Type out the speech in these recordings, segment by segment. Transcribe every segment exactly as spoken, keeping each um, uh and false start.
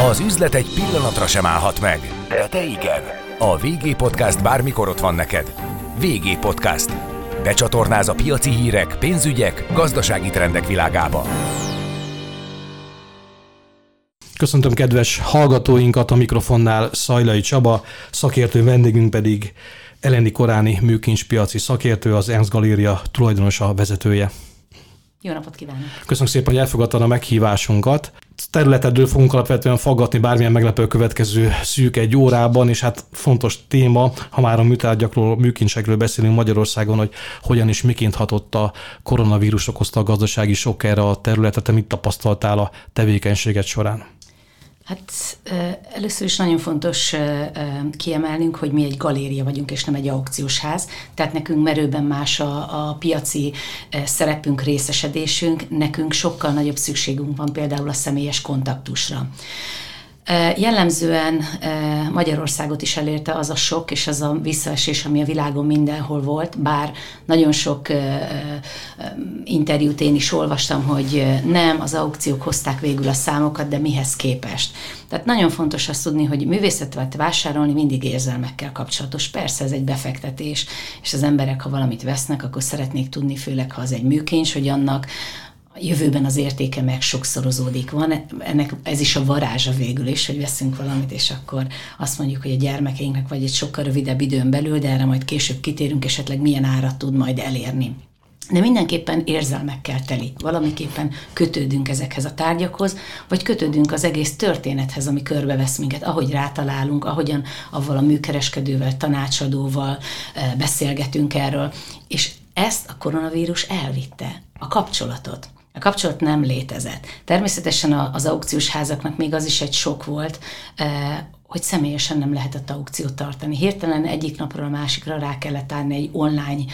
Az üzlet egy pillanatra sem állhat meg, de te igen. A vé gé Podcast bármikor ott van neked. vé gé Podcast. Becsatornáz a piaci hírek, pénzügyek, gazdasági trendek világába. Köszöntöm kedves hallgatóinkat, a mikrofonnál Szajlai Csaba, szakértő vendégünk pedig Eleni Koráni műkincspiaci szakértő, az Ernst Galéria tulajdonosa, vezetője. Jó napot kívánok! Köszönöm szépen, hogy elfogadtad a meghívásunkat. Területedről fogunk alapvetően faggatni bármilyen meglepő következő szűk egy órában, és hát fontos téma, ha már a műtárgyakról, műkincsekről beszélünk Magyarországon, hogy hogyan és miként hatott a koronavírus okozta a gazdasági sok erre a területre. Te mit tapasztaltál a tevékenységet során? Hát először is nagyon fontos kiemelnünk, hogy mi egy galéria vagyunk, és nem egy aukciós ház, tehát nekünk merőben más a, a piaci szerepünk, részesedésünk, nekünk sokkal nagyobb szükségünk van például a személyes kontaktusra. Jellemzően Magyarországot is elérte az a sok és az a visszaesés, ami a világon mindenhol volt, bár nagyon sok interjút én is olvastam, hogy nem, az aukciók hozták végül a számokat, de mihez képest. Tehát nagyon fontos azt tudni, hogy művészetet vásárolni mindig érzelmekkel kapcsolatos. Persze ez egy befektetés, és az emberek, ha valamit vesznek, akkor szeretnék tudni, főleg ha az egy műkincs, hogy annak a jövőben az értéke meg sokszorozódik. Van, ennek ez is a varázsa végül is, hogy veszünk valamit, és akkor azt mondjuk, hogy a gyermekeinknek vagy egy sokkal rövidebb időn belül, de erre majd később kitérünk, esetleg milyen árat tud majd elérni. De mindenképpen érzelmekkel teli. Valamiképpen kötődünk ezekhez a tárgyakhoz, vagy kötődünk az egész történethez, ami körbevesz minket, ahogy rátalálunk, ahogyan avval a műkereskedővel, tanácsadóval beszélgetünk erről. És ezt a koronavírus elvitte, a kapcsolatot. A kapcsolat nem létezett. Természetesen az aukciós házaknak még az is egy sok volt, hogy személyesen nem lehetett aukciót tartani. Hirtelen egyik napról a másikra rá kellett állni egy online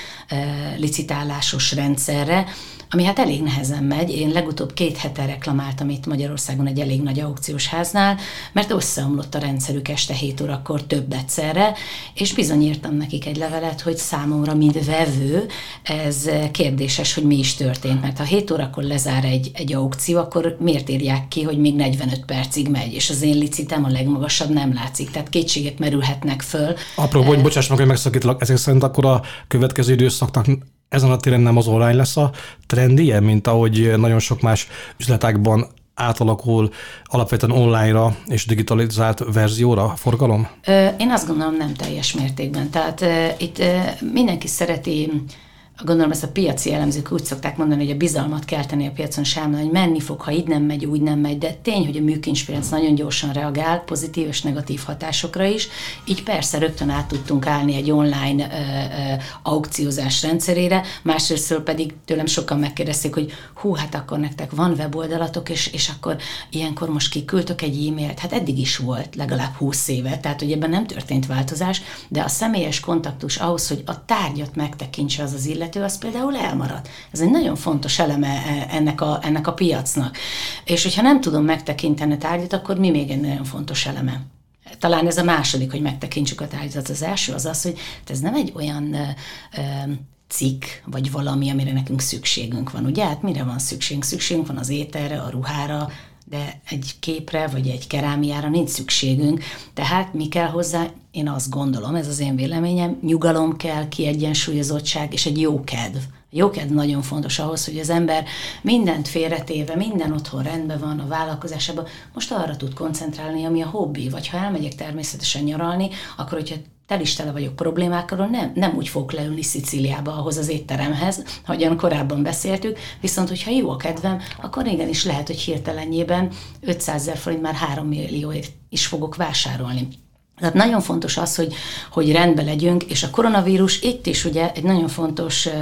licitálásos rendszerre, ami hát elég nehezen megy. Én legutóbb két hete reklamáltam itt Magyarországon egy elég nagy aukciós háznál, mert összeomlott a rendszerük este hét órakor több egyszerre, és bizony írtam nekik egy levelet, hogy számomra, mint vevő, ez kérdéses, hogy mi is történt, mert ha hét órakor lezár egy, egy aukció, akkor miért írják ki, hogy még negyvenöt percig megy, és az én licitem a legmagasabb nem látszik, tehát kétségek merülhetnek föl. Apró, hogy bocsáss meg, hogy megszakítlak, ezek szerint akkor a következő időszaknak ezen a téren nem az online lesz a trend ilyen, mint ahogy nagyon sok más üzletágban átalakul alapvetően online-ra és digitalizált verzióra a forgalom? Én azt gondolom, nem teljes mértékben. Tehát itt mindenki szereti, gondolom ezt a piaci elemzők úgy szokták mondani, hogy a bizalmat kell tenni a piacon sámlán, hogy menni fog, ha így nem megy, úgy nem megy, de tény, hogy a műkincspiac nagyon gyorsan reagál, pozitív és negatív hatásokra is, így persze rögtön át tudtunk állni egy online ö, ö, aukciózás rendszerére, másrészt pedig tőlem sokan megkérdezték, hogy hú, hát akkor nektek van weboldalatok, és, és akkor ilyenkor most kiküldtök egy e-mailt, hát eddig is volt legalább húsz éve, tehát hogy ebben nem történt változás, de a személyes kontaktus ahhoz, hogy a tárgyat megtekintse az az illető, az például elmarad. Ez egy nagyon fontos eleme ennek a, ennek a piacnak. És hogyha nem tudom megtekinteni a tárgyat, akkor mi még egy nagyon fontos eleme? Talán ez a második, hogy megtekintsük a tárgyat. Az első az az, hogy ez nem egy olyan ö, ö, cikk, vagy valami, amire nekünk szükségünk van. Ugye? Hát mire van szükségünk? Szükségünk van az ételre, a ruhára, de egy képre, vagy egy kerámiára nincs szükségünk. Tehát mi kell hozzá? Én azt gondolom, ez az én véleményem, nyugalom kell, kiegyensúlyozottság és egy jó kedv. A jó kedv nagyon fontos ahhoz, hogy az ember mindent félretéve, minden otthon rendben van, a vállalkozásában, most arra tud koncentrálni, ami a hobbi. Vagy ha elmegyek természetesen nyaralni, akkor hogyha tel is tele vagyok problémákkal, nem, nem úgy fogok leülni Szicíliába ahhoz az étteremhez, ahogyan korábban beszéltük, viszont hogyha jó a kedvem, akkor igenis lehet, hogy hirtelenjében ötszázezer forint már három millióért is fogok vásárolni. Tehát nagyon fontos az, hogy, hogy rendben legyünk, és a koronavírus itt is ugye egy nagyon fontos e,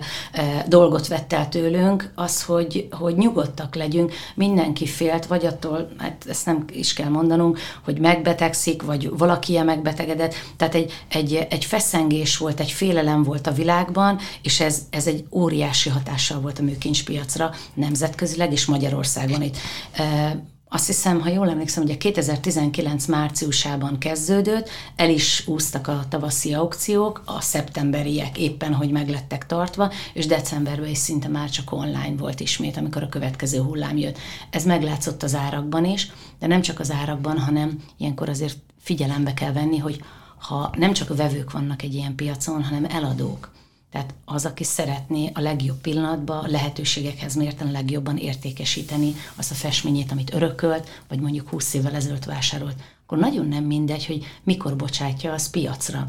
e, dolgot vett el tőlünk, az, hogy, hogy nyugodtak legyünk, mindenki félt, vagy attól, hát ezt nem is kell mondanunk, hogy megbetegszik, vagy valaki ilyen megbetegedett, tehát egy, egy, egy feszengés volt, egy félelem volt a világban, és ez, ez egy óriási hatással volt a műkincspiacra nemzetközileg, és Magyarországon itt. E, Azt hiszem, ha jól emlékszem, hogy a kétezer-tizenkilenc márciusában kezdődött, el is úsztak a tavaszi aukciók, a szeptemberiek éppen, hogy meglettek tartva, és decemberben is szinte már csak online volt ismét, amikor a következő hullám jött. Ez meglátszott az árakban is, de nem csak az árakban, hanem ilyenkor azért figyelembe kell venni, hogy ha nem csak a vevők vannak egy ilyen piacon, hanem eladók. Tehát az, aki szeretné a legjobb pillanatban, a lehetőségekhez mérten legjobban értékesíteni azt a festményét, amit örökölt, vagy mondjuk húsz évvel ezelőtt vásárolt, akkor nagyon nem mindegy, hogy mikor bocsátja az piacra,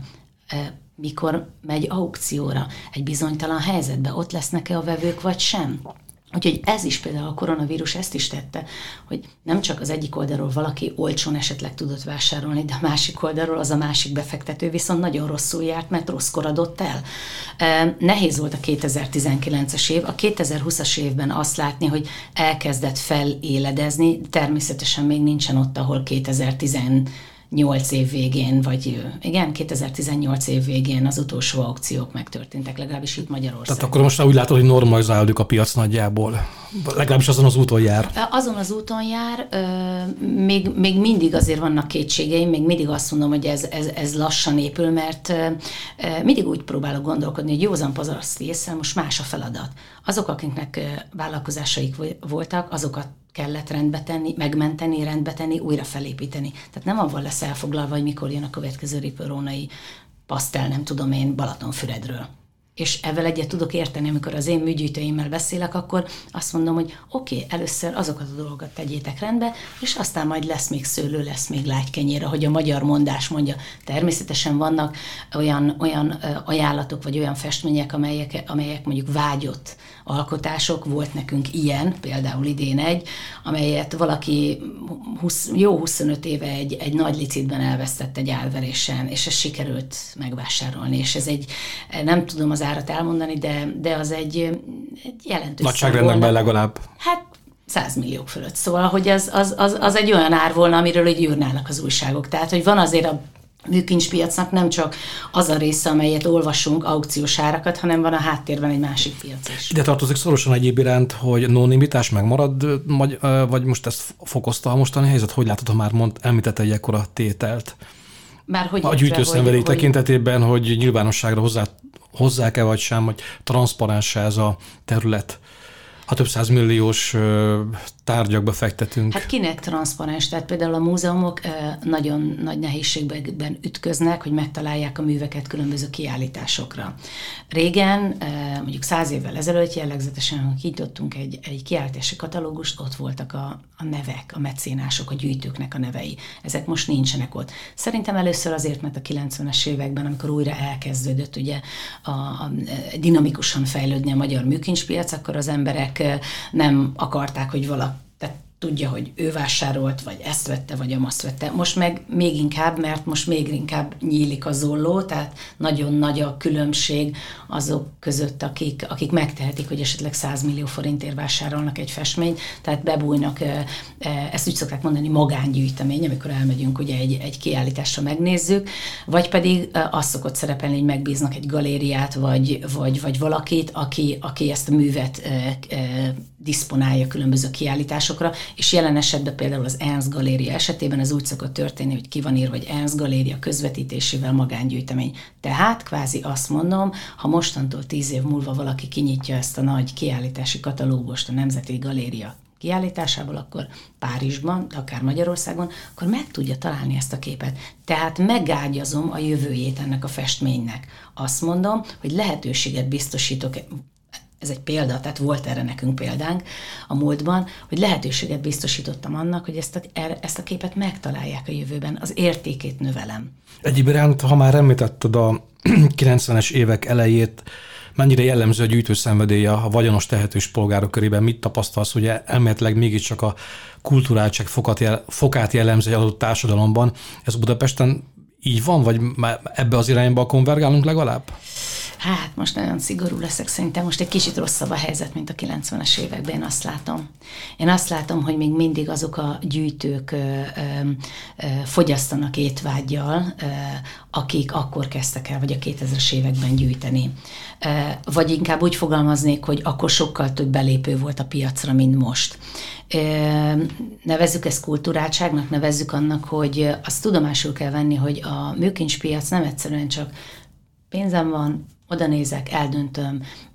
mikor megy aukcióra, egy bizonytalan helyzetben ott lesznek-e a vevők, vagy sem. Úgyhogy ez is például a koronavírus ezt is tette, hogy nem csak az egyik oldalról valaki olcsón esetleg tudott vásárolni, de a másik oldalról az a másik befektető viszont nagyon rosszul járt, mert rosszkor adott el. Nehéz volt a kétezer-tizenkilences év, a kétezer-húszas évben azt látni, hogy elkezdett feléledezni, természetesen még nincsen ott, ahol kétezer-tizennyolc év végén, vagy igen, kétezer-tizennyolc év végén az utolsó aukciók megtörténtek, legalábbis itt Magyarországon. Tehát akkor most úgy látod, hogy normalizálódik a piac nagyjából. Legalábbis azon az úton jár. Azon az úton jár, még, még mindig azért vannak kétségeim, még mindig azt mondom, hogy ez, ez, ez lassan épül, mert mindig úgy próbálok gondolkodni, hogy józan paraszti ésszel most más a feladat. Azok, akiknek vállalkozásaik voltak, azokat kellett rendbe tenni, megmenteni, rendbe tenni, újra felépíteni. Tehát nem avval lesz elfoglalva, hogy mikor jön a következő riperónai pasztel, nem tudom én, Balatonfüredről. És ezzel egyet tudok érteni, amikor az én műgyűjtőimmel beszélek, akkor azt mondom, hogy oké, okay, először azokat a dolgokat tegyétek rendbe, és aztán majd lesz még szőlő, lesz még lágykenyér, ahogy a magyar mondás mondja. Természetesen vannak olyan, olyan ajánlatok, vagy olyan festmények, amelyek, amelyek mondjuk vágyott alkotások, volt nekünk ilyen, például idén egy, amelyet valaki húsz, jó huszonöt éve egy, egy nagy licitben elvesztett egy álverésen, és ez sikerült megvásárolni, és ez egy, nem tudom az árat elmondani, de, de az egy, egy jelentős nagyságrendekben legalább. Hát száz milliók fölött. Szóval, hogy az, az, az, az egy olyan ár volna, amiről így írnának az újságok. Tehát, hogy van azért a műkincspiacnak nem csak az a része, amelyet olvasunk, aukciós árakat, hanem van a háttérben egy másik piac is. Ide tartozik szorosan egyéb iránt, hogy anonimitás megmarad, vagy most ezt fokozta a mostani helyzet? Hogy látod, ha már mond, említette egy ekkora tételt? Már hogy a gyűjtőszenvedély tekintetében, hogy nyilvánosságra hozzá, hozzá-e vagy sem, hogy transzparens ez a terület. Ha több százmilliós tárgyakba fektetünk. Hát kinek transzparens? Tehát például a múzeumok nagyon nagy nehézségben ütköznek, hogy megtalálják a műveket különböző kiállításokra. Régen, mondjuk száz évvel ezelőtt jellegzetesen kinyitottunk egy, egy kiállítási katalógust, ott voltak a, a nevek, a mecénások, a gyűjtőknek a nevei. Ezek most nincsenek ott. Szerintem először azért, mert a kilencvenes években, amikor újra elkezdődött ugye a, a dinamikusan fejlődni a magyar műkincspiac, akkor az emberek nem akarták, hogy valaki tudja, hogy ő vásárolt, vagy ezt vette, vagy amazt vette. Most meg még inkább, mert most még inkább nyílik a zolló, tehát nagyon nagy a különbség azok között, akik, akik megtehetik, hogy esetleg száz millió forintért vásárolnak egy festményt, tehát bebújnak, ezt úgy szokták mondani, magángyűjtemény, amikor elmegyünk ugye egy, egy kiállításra megnézzük, vagy pedig azt szokott szerepelni, hogy megbíznak egy galériát, vagy, vagy, vagy valakit, aki, aki ezt a művet e, e, diszponálja különböző kiállításokra, és jelen esetben például az Ernst Galéria esetében ez úgy szokott történni, hogy ki van írva, hogy Ernst Galéria közvetítésével magángyűjtemény. Tehát kvázi azt mondom, ha mostantól tíz év múlva valaki kinyitja ezt a nagy kiállítási katalógust a Nemzeti Galéria kiállításából, akkor Párizsban, de akár Magyarországon, akkor meg tudja találni ezt a képet. Tehát megágyazom a jövőjét ennek a festménynek. Azt mondom, hogy lehetőséget biztosítok, ez egy példa, tehát volt erre nekünk példánk a múltban, hogy lehetőséget biztosítottam annak, hogy ezt a, ezt a képet megtalálják a jövőben, az értékét növelem. Egyéb iránt, ha már említetted a kilencvenes évek elejét, mennyire jellemző a gyűjtőszenvedélye a vagyonos tehetős polgárok körében? Mit tapasztalsz, hogy elméletileg mégiscsak a kulturáltság fokát jellemző egy adott társadalomban? Ez Budapesten így van, vagy már ebbe az irányba konvergálunk legalább? Hát most nagyon szigorú leszek, szerintem most egy kicsit rosszabb a helyzet, mint a kilencvenes években, én azt látom. Én azt látom, hogy még mindig azok a gyűjtők ö, ö, fogyasztanak étvággyal, ö, akik akkor kezdtek el, vagy a kétezres években gyűjteni. Ö, vagy inkább úgy fogalmaznék, hogy akkor sokkal több belépő volt a piacra, mint most. Ö, nevezzük ezt kulturáltságnak, nevezzük annak, hogy azt tudomásul kell venni, hogy a műkincspiac nem egyszerűen csak pénzem van, oda nézek, eldöntöm,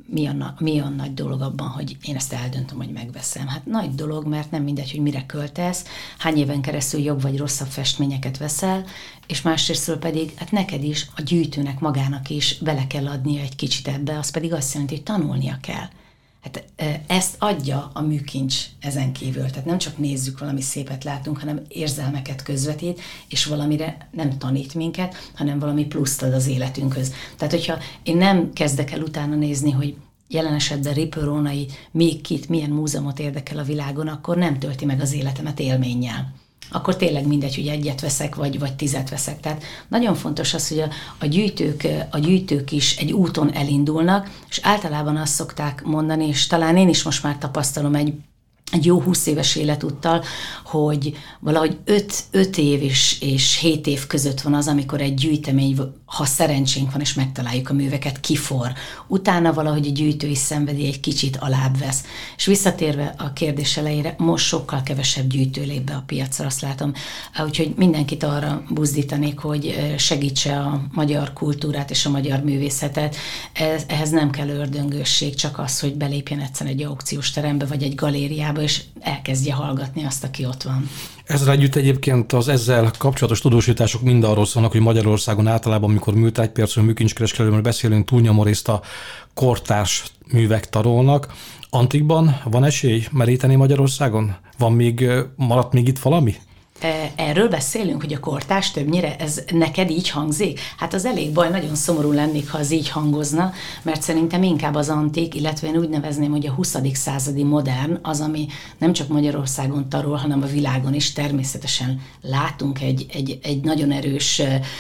mi a, mi a nagy dolog abban, hogy én ezt eldöntöm, hogy megveszem. Hát nagy dolog, mert nem mindegy, hogy mire költesz, hány éven keresztül jobb vagy rosszabb festményeket veszel, és másrésztről pedig hát neked is, a gyűjtőnek magának is bele kell adnia egy kicsit ebbe, az pedig azt jelenti, hogy tanulnia kell. Hát ezt adja a műkincs ezen kívül. Tehát nem csak nézzük, valami szépet látunk, hanem érzelmeket közvetít, és valamire nem tanít minket, hanem valami pluszt ad az életünkhöz. Tehát, hogyha én nem kezdek el utána nézni, hogy jelen esetben Ripper Rónai még kit, milyen múzeumot érdekel a világon, akkor nem tölti meg az életemet élménnyel. Akkor tényleg mindegy, hogy egyet veszek, vagy, vagy tizet veszek. Tehát nagyon fontos az, hogy a, a, gyűjtők, a gyűjtők is egy úton elindulnak, és általában azt szokták mondani, és talán én is most már tapasztalom egy, egy jó húsz éves életúttal, hogy valahogy öt, öt év és, és hét év között van az, amikor egy gyűjtemény, ha szerencsénk van, és megtaláljuk a műveket, kifor. Utána valahogy a gyűjtői szenvedély egy kicsit alább vesz. És visszatérve a kérdés elejére, most sokkal kevesebb gyűjtő lép be a piacra, azt látom. Úgyhogy mindenkit arra buzdítanék, hogy segítse a magyar kultúrát és a magyar művészetet. Ehhez nem kell ördöngősség, csak az, hogy belépjen egyszer egy aukciós terembe, vagy egy galériába, és elkezdje hallgatni azt, aki ott van. Ezzel együtt egyébként az ezzel kapcsolatos tudósítások mind arról szólnak, hogy Magyarországon általában, amikor műtárgypiacról, műkincskereskedelőről beszélünk, túlnyomó részt a kortárs művek tarolnak. Antikban van esély meríteni Magyarországon? Van még, maradt még itt valami? Erről beszélünk, hogy a kortárs többnyire, ez neked így hangzik? Hát az elég baj, nagyon szomorú lennék, ha az így hangozna, mert szerintem inkább az antik, illetve én úgy nevezném, hogy a huszadik századi modern, az, ami nem csak Magyarországon tarol, hanem a világon is. Természetesen látunk egy, egy, egy nagyon erős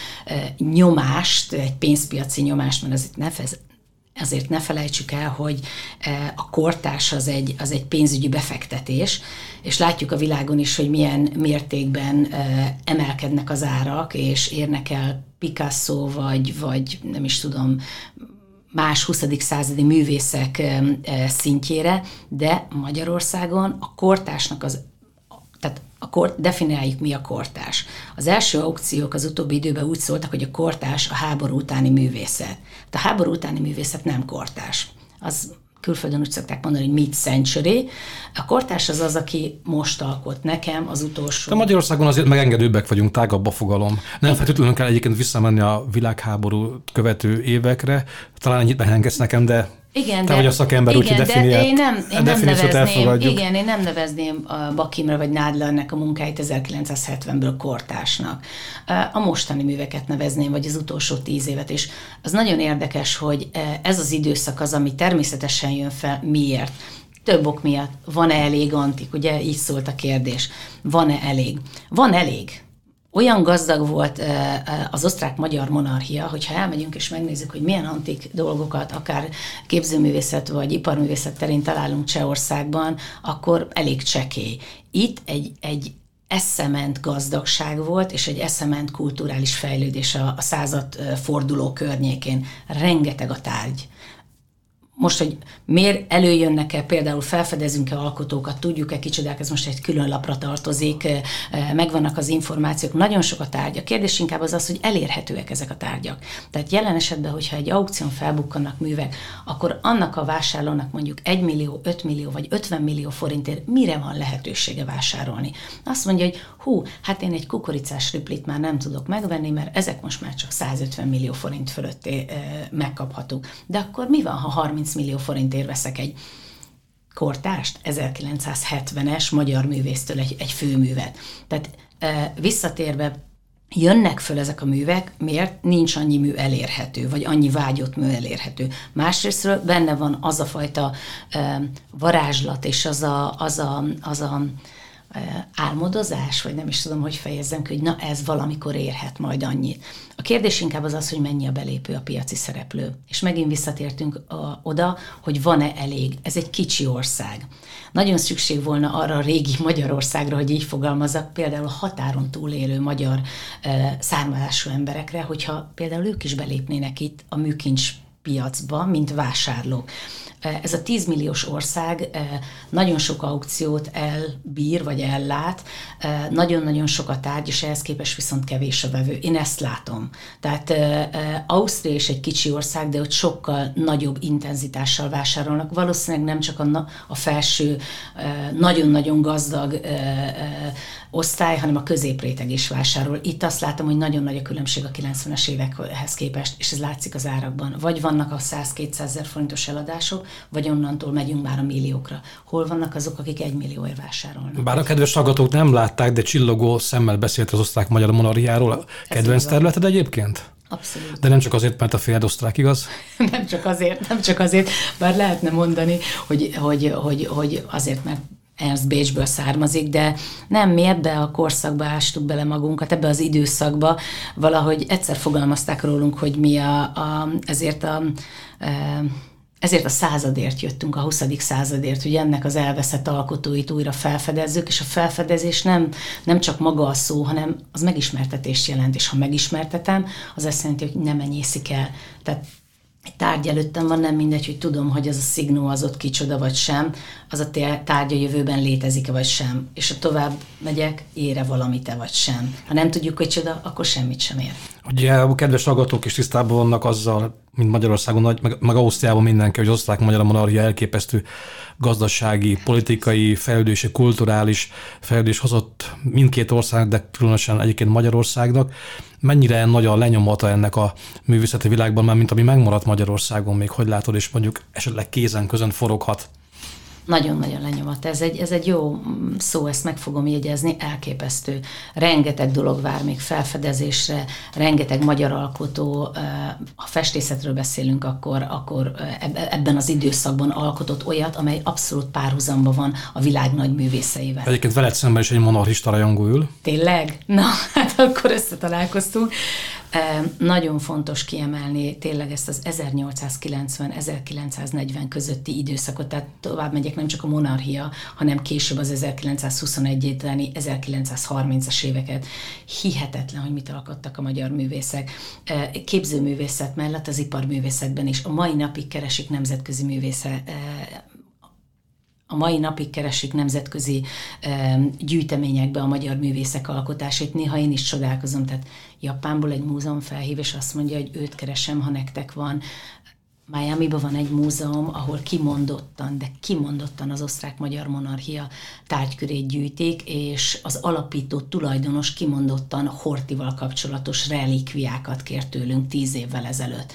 nyomást, egy pénzpiaci nyomást, mert azért ne fez, Azért ne felejtsük el, hogy a kortárs az egy, az egy pénzügyi befektetés, és látjuk a világon is, hogy milyen mértékben emelkednek az árak, és érnek el Picasso, vagy, vagy nem is tudom, más huszadik századi művészek szintjére, de Magyarországon a kortársnak az, tehát akkor definiáljuk, mi a kortárs. Az első aukciók az utóbbi időben úgy szóltak, hogy a kortárs a háború utáni művészet. De a háború utáni művészet nem kortárs. Az külföldön úgy szokták mondani, hogy mid-century. A kortárs az az, aki most alkot nekem az utolsó. De Magyarországon azért megengedőbbek vagyunk, tágabb a fogalom. Nem feltétlenül kell egyébként visszamenni a világháború követő évekre. Talán ennyit megengedsz nekem, de igen, te de, vagy a szakember, úgyhogy definiált. Én nem, én nem nevezném, igen, én nem nevezném a Bakimra vagy Nádlernek a munkáit ezerkilencszázhetvenből kortársnak. A mostani műveket nevezném, vagy az utolsó tíz évet, és az nagyon érdekes, hogy ez az időszak az, ami természetesen jön fel. Miért? Több ok miatt. Van-e elég antik? Ugye így szólt a kérdés. Van-e elég? Van elég. Olyan gazdag volt az osztrák-magyar monarchia, hogyha elmegyünk és megnézzük, hogy milyen antik dolgokat, akár képzőművészet vagy iparművészet terén találunk Csehországban, akkor elég csekély. Itt egy, egy eszement gazdagság volt, és egy eszement kulturális fejlődés a, a századforduló környékén. Rengeteg a tárgy. Most, hogy miért előjönnek-e, például felfedezünk-e alkotókat, tudjuk-e kicsodák, ez most egy külön lapra tartozik, megvannak az információk, nagyon sok a tárgy. A kérdés inkább az az, hogy elérhetőek ezek a tárgyak. Tehát jelen esetben, hogyha egy aukción felbukkannak művek, akkor annak a vásárlónak mondjuk egy millió, öt millió vagy ötven millió forintért mire van lehetősége vásárolni. Azt mondja, hogy hú, hát én egy kukoricás riplit már nem tudok megvenni, mert ezek most már csak százötven millió forint fölötté megkaphatók. De akkor mi van, ha harminc millió forintért veszek egy kortárst, ezerkilencszázhetvenes magyar művésztől egy, egy főművet. Tehát e, visszatérve jönnek föl ezek a művek, miért nincs annyi mű elérhető, vagy annyi vágyott mű elérhető. Másrésztről benne van az a fajta e, varázslat, és az a, az a, az a álmodozás, vagy nem is tudom, hogy fejezzem ki, hogy na ez valamikor érhet majd annyit. A kérdés inkább az az, hogy mennyi a belépő, a piaci szereplő. És megint visszatértünk a, oda, hogy van-e elég. Ez egy kicsi ország. Nagyon szükség volna arra a régi Magyarországra, hogy így fogalmazzak, például a határon túlélő magyar e, származású emberekre, hogyha például ők is belépnének itt a műkincs piacba, mint vásárlók. Ez a tíz milliós ország nagyon sok aukciót elbír, vagy ellát, nagyon-nagyon sok a tárgy, és ehhez képest viszont kevés a vevő. Én ezt látom. Tehát Ausztria is egy kicsi ország, de ott sokkal nagyobb intenzitással vásárolnak. Valószínűleg nem csak a, a felső, nagyon-nagyon gazdag osztály, hanem a középréteg is vásárol. Itt azt látom, hogy nagyon nagy a különbség a kilencvenes évekhez képest, és ez látszik az árakban. Vagy vannak a száz-kétszázezer forintos eladások, vagy onnantól megyünk már a milliókra. Hol vannak azok, akik egy millióért vásárolnak? Bár a kedves hallgatók nem látták, de csillogó szemmel beszélt az osztrák-magyar monarchiáról. Kedvenc területed egyébként? Abszolút. De nem csak azért, mert a fiad osztrák, igaz? nem csak azért, nem csak azért, bár lehetne mondani, hogy, hogy, hogy, hogy azért, mert Ernst Bécsből származik, de nem, mi ebbe a korszakba ástuk bele magunkat, ebbe az időszakba. Valahogy egyszer fogalmazták rólunk, hogy mi a, a, ezért a... E, Ezért a századért jöttünk, a huszadik századért, hogy ennek az elveszett alkotóit újra felfedezzük, és a felfedezés nem, nem csak maga a szó, hanem az megismertetést jelent, és ha megismertetem, az azt jelenti, hogy nem enyészik el. Tehát egy tárgy előttem van, nem mindegy, hogy tudom, hogy az a szignó az ott kicsoda vagy sem, az a tárgy a jövőben létezik-e vagy sem, és ha tovább megyek, ére valamit-e vagy sem. Ha nem tudjuk, hogy csoda, akkor semmit sem ér. Ugye a kedves hallgatók is tisztában vannak azzal, mint Magyarországon, meg, meg Ausztriában mindenki, hogy az osztrák-magyar monarchia elképesztő gazdasági, politikai fejlődési, kulturális fejlődés hozott mindkét országnak, de különösen egyébként Magyarországnak. Mennyire nagy a lenyomata ennek a művészeti világban, már mint ami megmaradt Magyarországon még, hogy látod, és mondjuk esetleg kézen közön foroghat? Nagyon-nagyon lenyomat. Ez egy, ez egy jó szó, ezt meg fogom jegyezni, elképesztő. Rengeteg dolog vár még felfedezésre, rengeteg magyar alkotó, ha festészetről beszélünk, akkor, akkor ebben az időszakban alkotott olyat, amely abszolút párhuzamban van a világ nagy művészeivel. Egyébként veled szemben is egy monarchista rajongó ül. Tényleg? Na, hát akkor összetalálkoztunk. Nagyon fontos kiemelni tényleg ezt az ezernyolcszázkilencven-ezerkilencszáznegyven közötti időszakot, tehát tovább megyek, nem csak a monarchia, hanem később az ezerkilencszázhuszonegy utáni ezerkilencszázharmincas éveket. Hihetetlen, hogy mit alkottak a magyar művészek. Képzőművészet mellett az iparművészetben is. A mai napig keresik nemzetközi művészet, A mai napig keresik nemzetközi e, gyűjteményekbe a magyar művészek alkotásait. Néha én is csodálkozom, tehát Japánból egy múzeum felhív, és azt mondja, hogy őt keresem, ha nektek van. Miamiban van egy múzeum, ahol kimondottan, de kimondottan az osztrák-magyar monarchia tárgykörét gyűjtik, és az alapító tulajdonos kimondottan Horthyval kapcsolatos relikviákat kért tőlünk tíz évvel ezelőtt.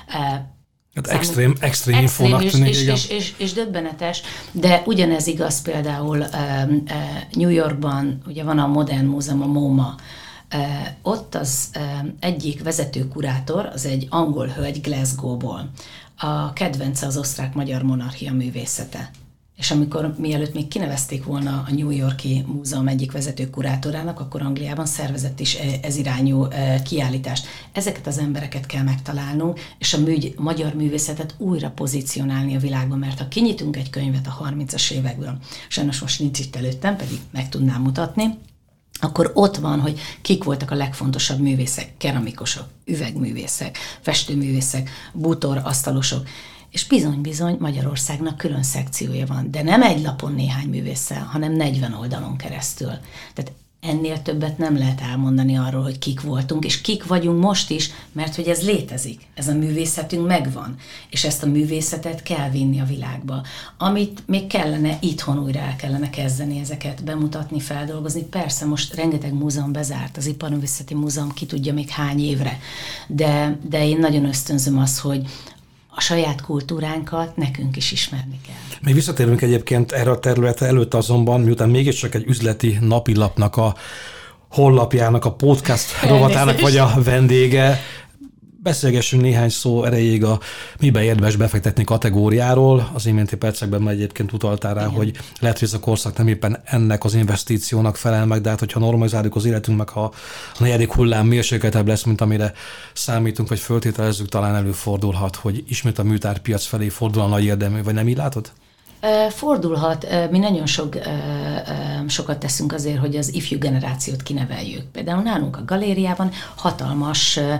E, Hát extrém, extrém infónak és, tűnik, és, és, és, és döbbenetes, de ugyanez igaz például uh, uh, New Yorkban, ugye van a Modern Múzeum, a MoMA, uh, ott az uh, egyik vezető kurátor, az egy angol hölgy Glasgow-ból. A kedvence az osztrák-magyar monarchia művészete. És amikor mielőtt még kinevezték volna a New York-i múzeum egyik vezető kurátorának, akkor Angliában szervezett is ez irányú kiállítást. Ezeket az embereket kell megtalálnunk, és a műgy, magyar művészetet újra pozícionálni a világban, mert ha kinyitunk egy könyvet a harmincas évekből, sajnos most nincs itt előttem, pedig meg tudnám mutatni, akkor ott van, hogy kik voltak a legfontosabb művészek, keramikusok, üvegművészek, festőművészek, bútor, asztalosok. És bizony-bizony Magyarországnak külön szekciója van, de nem egy lapon néhány művésszel, hanem negyven oldalon keresztül. Tehát ennél többet nem lehet elmondani arról, hogy kik voltunk, és kik vagyunk most is, mert hogy ez létezik, ez a művészetünk megvan, és ezt a művészetet kell vinni a világba. Amit még kellene, itthon újra el kellene kezdeni ezeket bemutatni, feldolgozni. Persze most rengeteg múzeum bezárt, az Iparművészeti Múzeum ki tudja még hány évre, de, de én nagyon ösztönzöm azt, hogy a saját kultúránkat nekünk is ismerni kell. Még visszatérünk egyébként erre a területre, előtte azonban, miután mégiscsak egy üzleti napilapnak a honlapjának, a podcast rovatának vagy a vendége, beszélgessünk néhány szó erejéig a miben érdemes befektetni kategóriáról. Az iménti percekben már egyébként utaltál rá, igen, hogy lehet, hogy ez a korszak nem éppen ennek az investíciónak felel meg, de hát, hogyha normalizáljuk az életünk, meg ha a negyedik hullám mérsékeltebb lesz, mint amire számítunk, vagy föltételezzük, talán előfordulhat, hogy ismét a műtárpiac felé fordul a nagy érdemű, vagy nem így látod? Fordulhat. Mi nagyon sok, sokat teszünk azért, hogy az ifjú generációt kineveljük. Például nálunk a galériában hatalmas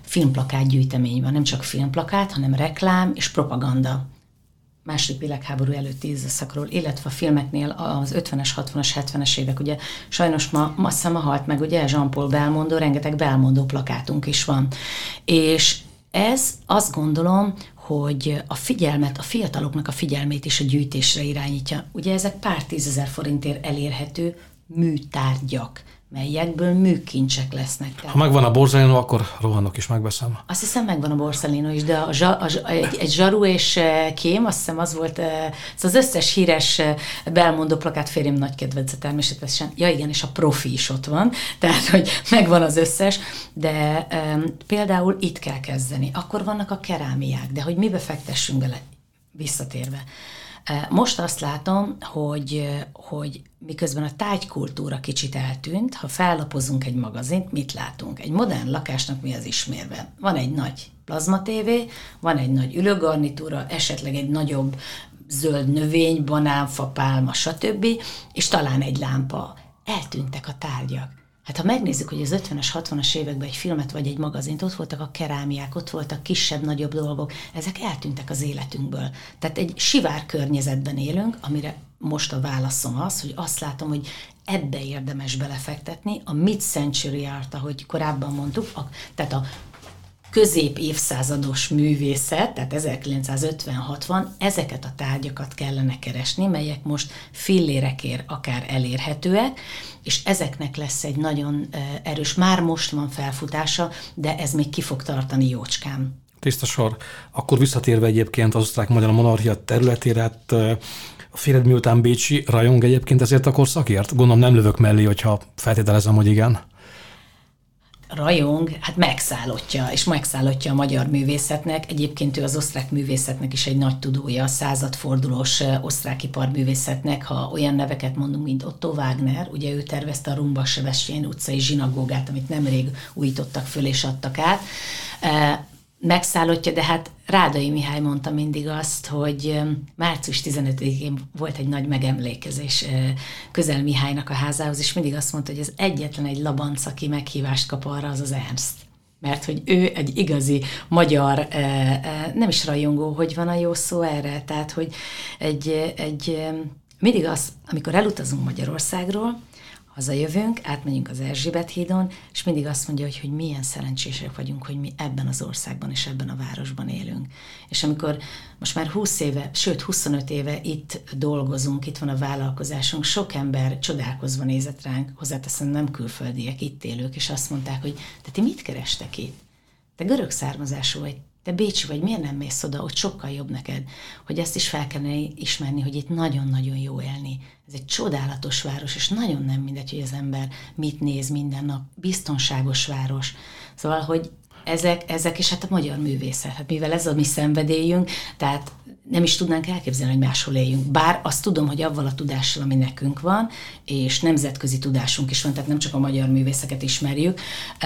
filmplakátgyűjtemény van, nem csak filmplakát, hanem reklám és propaganda. Második világháború előtti időszakról, illetve a filmeknél az ötvenes, hatvanas, hetvenes évek, ugye sajnos ma, ma szema halt meg, ugye Jean-Paul Belmondo, rengeteg Belmondo plakátunk is van. És ez azt gondolom, hogy a figyelmet, a fiataloknak a figyelmét is a gyűjtésre irányítja. Ugye ezek pár tízezer forintért elérhető műtárgyak, melyekből műkincsek lesznek. Tehát ha megvan a Borsellino, akkor rohanok is megveszem. Azt hiszem megvan a Borsellino is, de a, zsa, a, egy, egy zsaru és kém, azt hiszem az volt, az összes híres Belmondo plakát férjem nagy kedvence természetesen. Ja igen, és a profi is ott van, tehát hogy megvan az összes, de um, például itt kell kezdeni. Akkor vannak a kerámiák, de hogy mibe fektessünk bele, visszatérve. Most azt látom, hogy, hogy miközben a tárgykultúra kicsit eltűnt, ha fellapozunk egy magazint, mit látunk? Egy modern lakásnak mi az ismérve? Van egy nagy plazmatévé, van egy nagy ülőgarnitúra, esetleg egy nagyobb zöld növény, banánfa, pálma, stb. És talán egy lámpa. Eltűntek a tárgyak. Hát ha megnézzük, hogy az ötvenes, hatvanas években egy filmet vagy egy magazint, ott voltak a kerámiák, ott voltak kisebb-nagyobb dolgok, ezek eltűntek az életünkből. Tehát egy sivár környezetben élünk, amire most a válaszom az, hogy azt látom, hogy ebbe érdemes belefektetni, a mid-century art, ahogy korábban mondtuk, a, tehát a közép évszázados művészet, tehát ezerkilencszázötven-hatvan, ezeket a tárgyakat kellene keresni, melyek most fillérekért akár elérhetőek, és ezeknek lesz egy nagyon erős, már most van felfutása, de ez még ki fog tartani jócskán. Tiszta sor. Akkor visszatérve egyébként az osztrák-magyar monarchia területére, hát a férjed miután bécsi, rajong egyébként ezért a korszakért? Gondolom nem lövök mellé, hogyha feltételezem, hogy igen. Rajong, hát megszállottja, és megszállottja a magyar művészetnek. Egyébként ő az osztrák művészetnek is egy nagy tudója, a századfordulós osztrák iparművészetnek, ha olyan neveket mondunk, mint Otto Wagner, ugye ő tervezte a Rumba-Sebestyén utcai zsinagógát, amit nemrég újítottak föl és adtak át. Megszállottja, de hát Rádai Mihály mondta mindig azt, hogy március tizenötödikén volt egy nagy megemlékezés Közel Mihálynak a házához, és mindig azt mondta, hogy ez egyetlen egy labanc, aki meghívást kap arra, az az Ernst. Mert hogy ő egy igazi magyar, nem is rajongó, hogy van a jó szó erre, tehát hogy egy, egy mindig az, amikor elutazunk Magyarországról, hazajövünk, átmegyünk az Erzsébet hídon, és mindig azt mondja, hogy, hogy milyen szerencsések vagyunk, hogy mi ebben az országban és ebben a városban élünk. És amikor most már húsz éve, sőt huszonöt éve itt dolgozunk, itt van a vállalkozásunk, sok ember csodálkozva nézett ránk, hozzáteszem nem külföldiek, itt élők, és azt mondták, hogy de ti mit kerestek itt? Te görög származású vagy, te bécsi vagy, miért nem mész oda, ott sokkal jobb neked, hogy ezt is fel kellene ismerni, hogy itt nagyon-nagyon jó élni. Ez egy csodálatos város, és nagyon nem mindegy, hogy az ember mit néz minden nap. Biztonságos város. Szóval, hogy ezek, ezek és hát a magyar művészet, hát mivel ez a mi szenvedélyünk, tehát nem is tudnánk elképzelni, hogy máshol éljünk. Bár azt tudom, hogy avval a tudással, ami nekünk van, és nemzetközi tudásunk is van, tehát nem csak a magyar művészeket ismerjük,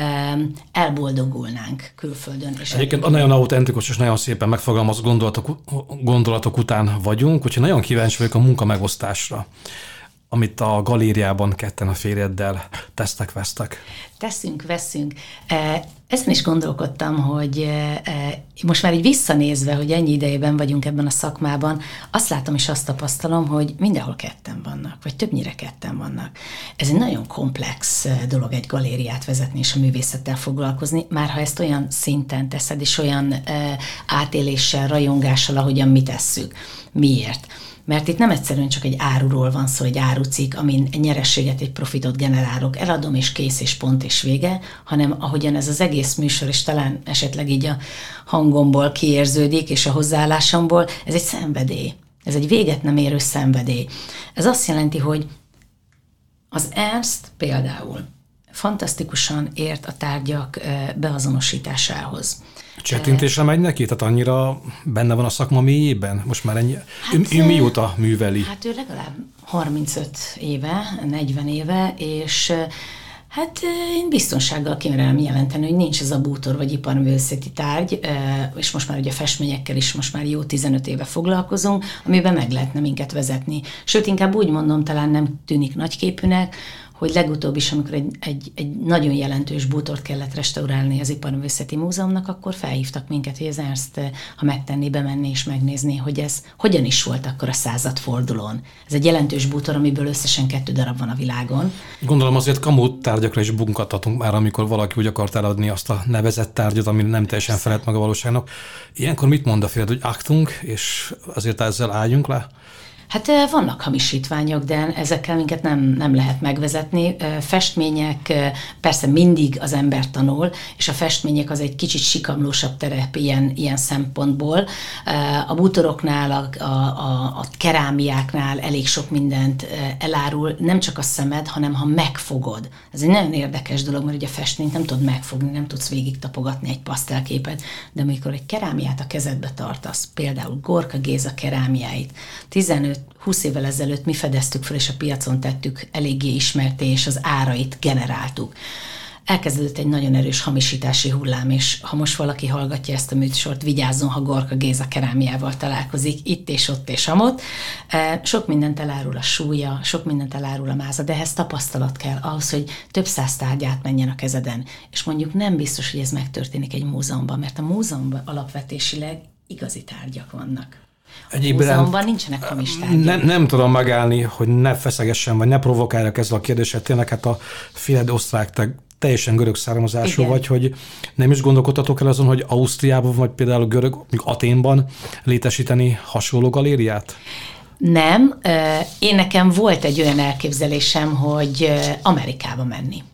elboldogulnánk külföldön. És egyébként nagyon autentikus és nagyon szépen megfogalmazott gondolatok, gondolatok után vagyunk, úgyhogy nagyon kíváncsi vagyok a munkamegosztásra, amit a galériában ketten a férjeddel tesztek-vesztek. Teszünk, veszünk. Ezen is gondolkodtam, hogy most már így visszanézve, hogy ennyi idejében vagyunk ebben a szakmában, azt látom és azt tapasztalom, hogy mindenhol ketten vannak, vagy többnyire ketten vannak. Ez egy nagyon komplex dolog egy galériát vezetni és a művészettel foglalkozni, már ha ezt olyan szinten teszed, és olyan átéléssel, rajongással, ahogyan mi tesszük. Miért? Mert itt nem egyszerűen csak egy áruról van szó, egy árucikk, amin egy nyerességet, egy profitot generálok, eladom és kész és pont és vége, hanem ahogyan ez az egész műsor, és talán esetleg így a hangomból kiérződik, és a hozzáállásomból, ez egy szenvedély. Ez egy véget nem érő szenvedély. Ez azt jelenti, hogy az Ernst például fantasztikusan ért a tárgyak beazonosításához. Csettintésre megy neki? Tehát annyira benne van a szakma mélyében? Most már ennyi... Hát, ő, ő mióta műveli? Hát ő legalább harmincöt éve, negyven éve, és hát én biztonsággal kimerem jelenteni, hogy nincs ez a bútor vagy iparművészeti tárgy, és most már ugye a festményekkel is most már jó tizenöt éve foglalkozunk, amiben meg lehetne minket vezetni. Sőt, inkább úgy mondom, talán nem tűnik nagyképűnek, hogy legutóbb is, amikor egy, egy, egy nagyon jelentős bútort kellett restaurálni az Iparművészeti Múzeumnak, akkor felhívtak minket, hogy az Ernst, ha megtenné, bemenni és megnézni, hogy ez hogyan is volt akkor a századfordulón. Ez egy jelentős bútor, amiből összesen kettő darab van a világon. Gondolom azért kamu tárgyakra is bunkadhatunk már, amikor valaki úgy akart eladni azt a nevezett tárgyat, ami nem teljesen felelt meg a valóságnak. Ilyenkor mit mond a féled, hogy Achtung, és azért ezzel álljunk le? Hát vannak hamisítványok, de ezekkel minket nem, nem lehet megvezetni. Festmények, persze mindig az ember tanul, és a festmények az egy kicsit sikamlósabb terep ilyen, ilyen szempontból. A bútoroknál, a, a, a, a kerámiáknál elég sok mindent elárul, nem csak a szemed, hanem ha megfogod. Ez egy nagyon érdekes dolog, mert ugye a festményt nem tudod megfogni, nem tudsz végig tapogatni egy pasztelképet, de amikor egy kerámiát a kezedbe tartasz, például Gorka Géza kerámiáit, tizenöt húsz évvel ezelőtt mi fedeztük fel, és a piacon tettük eléggé ismerté, és az árait generáltuk. Elkezdődött egy nagyon erős hamisítási hullám, és ha most valaki hallgatja ezt a műsort, vigyázzon, ha Gorka Géza kerámiával találkozik, itt és ott és amott. Sok mindent elárul a súlya, sok mindent elárul a máza, de ehhez tapasztalat kell ahhoz, hogy több száz tárgy átmenjen a kezeden. És mondjuk nem biztos, hogy ez megtörténik egy múzeumban, mert a múzeumban alapvetésileg igazi tárgyak vannak. Múzeumban nincsenek hamis tárgyak. Nem, nem tudom megállni, hogy ne feszegessen, vagy ne provokáljak ezzel a kérdéssel. Tényleg hát a féled osztrák, te teljesen görög származású vagy, hogy nem is gondolkodtatok el azon, hogy Ausztriában, vagy például görög, mondjuk Athénban létesíteni hasonló galériát? Nem. Én nekem volt egy olyan elképzelésem, hogy Amerikába menni.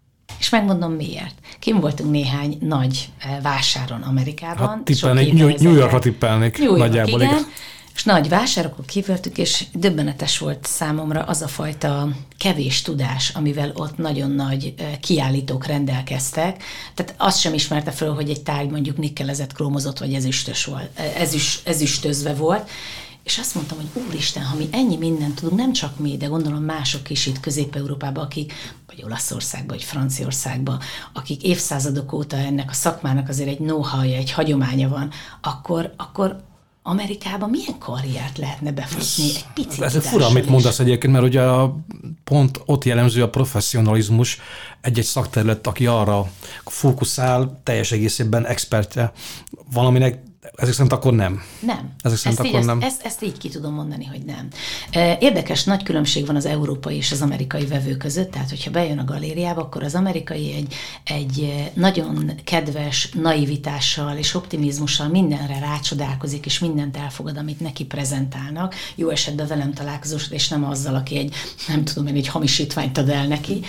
És megmondom miért. Kim voltunk néhány nagy vásáron Amerikában. Hát tippelnék, New Yorkra tippelnék. New York, nagyjából, igen. És nagy vásárokon kívültük, és döbbenetes volt számomra az a fajta kevés tudás, amivel ott nagyon nagy kiállítók rendelkeztek. Tehát azt sem ismerte fel, hogy egy tárgy mondjuk nikkelezett, krómozott, vagy ezüstös volt, ezüst, ezüstözve volt. És azt mondtam, hogy úristen, ha mi ennyi mindent tudunk, nem csak mi, de gondolom mások is itt Közép-Európában, akik, vagy Olaszországban, vagy Franciaországban, akik évszázadok óta ennek a szakmának azért egy know-how-ja, egy hagyománya van, akkor, akkor Amerikában milyen karriert lehetne befutni egy pici Ez fura, amit mondasz egyébként, mert ugye a, pont ott jellemző a professzionalizmus, egy-egy szakterület, aki arra fókuszál, teljes egészében expertje valaminek, ezek szerint akkor nem. Nem. Ezek szerint ezt, akkor így, nem. Ezt, ezt így ki tudom mondani, hogy nem. Érdekes, nagy különbség van az európai és az amerikai vevő között, tehát hogyha bejön a galériába, akkor az amerikai egy, egy nagyon kedves naivitással és optimizmussal mindenre rácsodálkozik, és mindent elfogad, amit neki prezentálnak. Jó esetben velem találkozós, és nem azzal, aki egy, nem tudom én, egy hamisítványt ad el neki.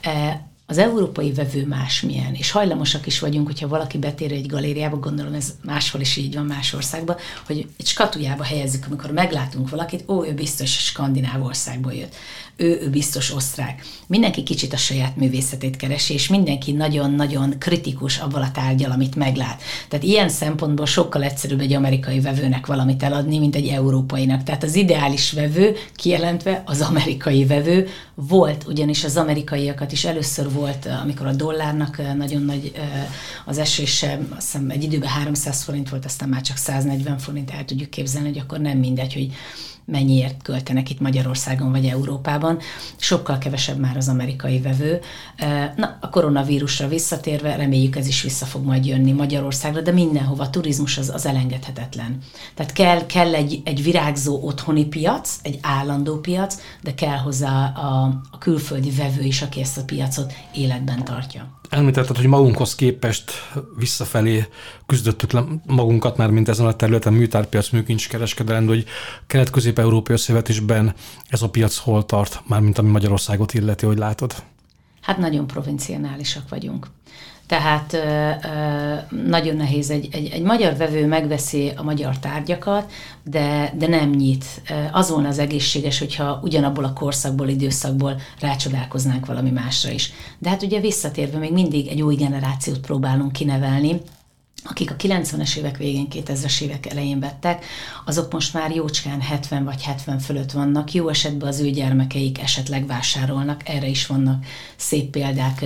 Az európai vevő másmilyen, és hajlamosak is vagyunk, hogyha valaki betér egy galériába, gondolom ez máshol is így van, más országban, hogy egy skatujába helyezzük, amikor meglátunk valakit, ó, ő biztos skandináv országból jött, ő, ő biztos osztrák. Mindenki kicsit a saját művészetét keresi, és mindenki nagyon-nagyon kritikus abban a tárgyal, amit meglát. Tehát ilyen szempontból sokkal egyszerűbb egy amerikai vevőnek valamit eladni, mint egy európainak. Tehát az ideális vevő, kijelentve az amerikai vevő, volt ugyanis az amerikaiakat is először volt, amikor a dollárnak nagyon nagy az esése, azt hiszem egy időben háromszáz forint volt, aztán már csak száznegyven forint, el tudjuk képzelni, hogy akkor nem mindegy, hogy mennyiért költenek itt Magyarországon vagy Európában. Sokkal kevesebb már az amerikai vevő. Na, a koronavírusra visszatérve, reméljük ez is vissza fog majd jönni Magyarországra, de mindenhova a turizmus az, az elengedhetetlen. Tehát kell, kell egy, egy virágzó otthoni piac, egy állandó piac, de kell hozzá a, a külföldi vevő is, aki ezt a piacot életben tartja. Említetted, hogy magunkhoz képest visszafelé küzdöttük le magunkat már, mint ezen a területen, műtárpiac, műkincskereskedelem, hogy Kelet-Közép-Európai Összevetésben ez a piac hol tart, már mint ami Magyarországot illeti, hogy látod? Hát nagyon provincionálisak vagyunk. Tehát ö, ö, nagyon nehéz, egy, egy, egy magyar vevő megveszi a magyar tárgyakat, de, de nem nyit. Az volna az egészséges, hogyha ugyanabból a korszakból, időszakból rácsodálkoznánk valami másra is. De hát ugye visszatérve még mindig egy új generációt próbálunk kinevelni, akik a kilencvenes évek végén, kétezres évek elején vettek, azok most már jócskán hetven vagy hetven fölött vannak, jó esetben az ő gyermekeik esetleg vásárolnak, erre is vannak szép példák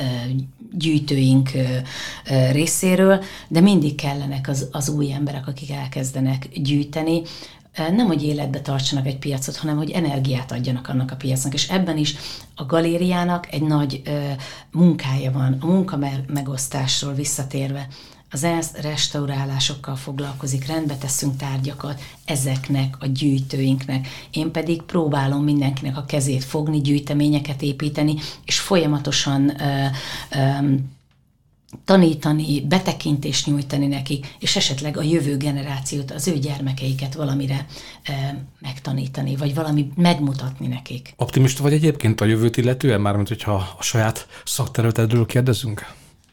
gyűjtőink részéről, de mindig kellenek az, az új emberek, akik elkezdenek gyűjteni. nem, hogy életbe tartsanak egy piacot, hanem hogy energiát adjanak annak a piacnak. És ebben is a galériának egy nagy munkája van, a munka megosztásról visszatérve. Az ENSZ restaurálásokkal foglalkozik, rendbe teszünk tárgyakat ezeknek a gyűjtőinknek. Én pedig próbálom mindenkinek a kezét fogni, gyűjteményeket építeni, és folyamatosan ö, ö, tanítani, betekintést nyújtani nekik, és esetleg a jövő generációt, az ő gyermekeiket valamire e, megtanítani, vagy valami megmutatni nekik. Optimista vagy egyébként a jövőt illetően, mármint hogyha a saját szakterületedről kérdezünk?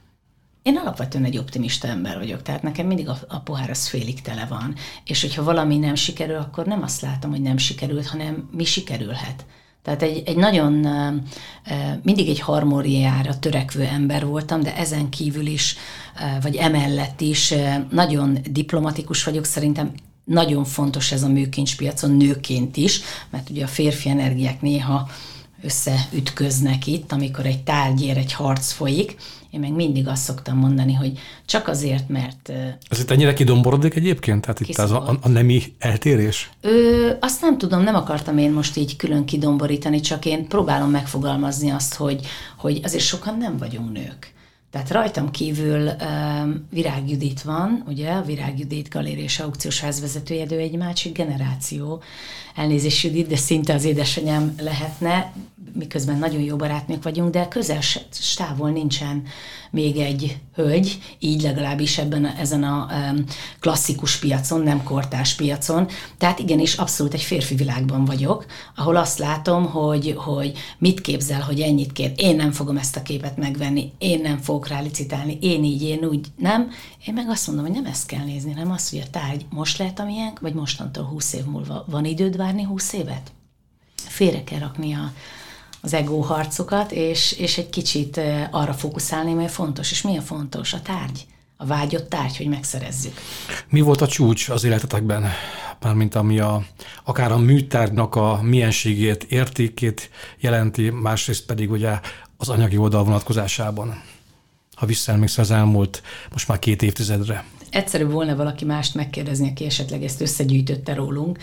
Én alapvetően egy optimista ember vagyok, tehát nekem mindig a, a pohár az félig tele van, és hogyha valami nem sikerül, akkor nem azt látom, hogy nem sikerült, hanem mi sikerülhet. Tehát egy, egy nagyon, mindig egy harmóniára törekvő ember voltam, de ezen kívül is, vagy emellett is nagyon diplomatikus vagyok, szerintem nagyon fontos ez a műkincspiacon nőként is, mert ugye a férfi energiák néha összeütköznek itt, amikor egy tárgyért egy harc folyik. Én meg mindig azt szoktam mondani, hogy csak azért, mert... Ez itt ennyire kidomborodik egyébként? Tehát itt az a, a nemi eltérés? Ö, azt nem tudom, nem akartam én most így külön kidomborítani, csak én próbálom megfogalmazni azt, hogy, hogy azért sokan nem vagyunk nők. Tehát rajtam kívül uh, Virág Judit van, ugye, a Virág Judit galéria és aukciós házvezetője, de egy másik generáció. Elnézést Judit, de szinte az édesanyám lehetne, miközben nagyon jó barátnők vagyunk, de közel távol nincsen még egy hölgy, így legalábbis ebben a, ezen a um, klasszikus piacon, nem kortárs piacon. Tehát igenis abszolút egy férfi világban vagyok, ahol azt látom, hogy, hogy mit képzel, hogy ennyit kér. Én nem fogom ezt a képet megvenni, én nem fogok rá licitálni, én így, én úgy, nem. Én meg azt mondom, hogy nem ezt kell nézni, nem azt, hogy a tárgy most lehet amilyen, vagy mostantól húsz év múlva. Van időd várni húsz évet? Félre kell rakni a az ego harcokat, és, és egy kicsit arra fókuszálni, mert fontos. És mi a fontos? A tárgy. A vágyott tárgy, hogy megszerezzük. Mi volt a csúcs az életetekben? Mármint ami a, akár a műtárgynak a mienségét, értékét jelenti, másrészt pedig ugye az anyagi oldal vonatkozásában. Ha visszaemlékszel az elmúlt most már két évtizedre. Egyszerűbb volna valaki mást megkérdezni, aki esetleg ezt összegyűjtötte rólunk,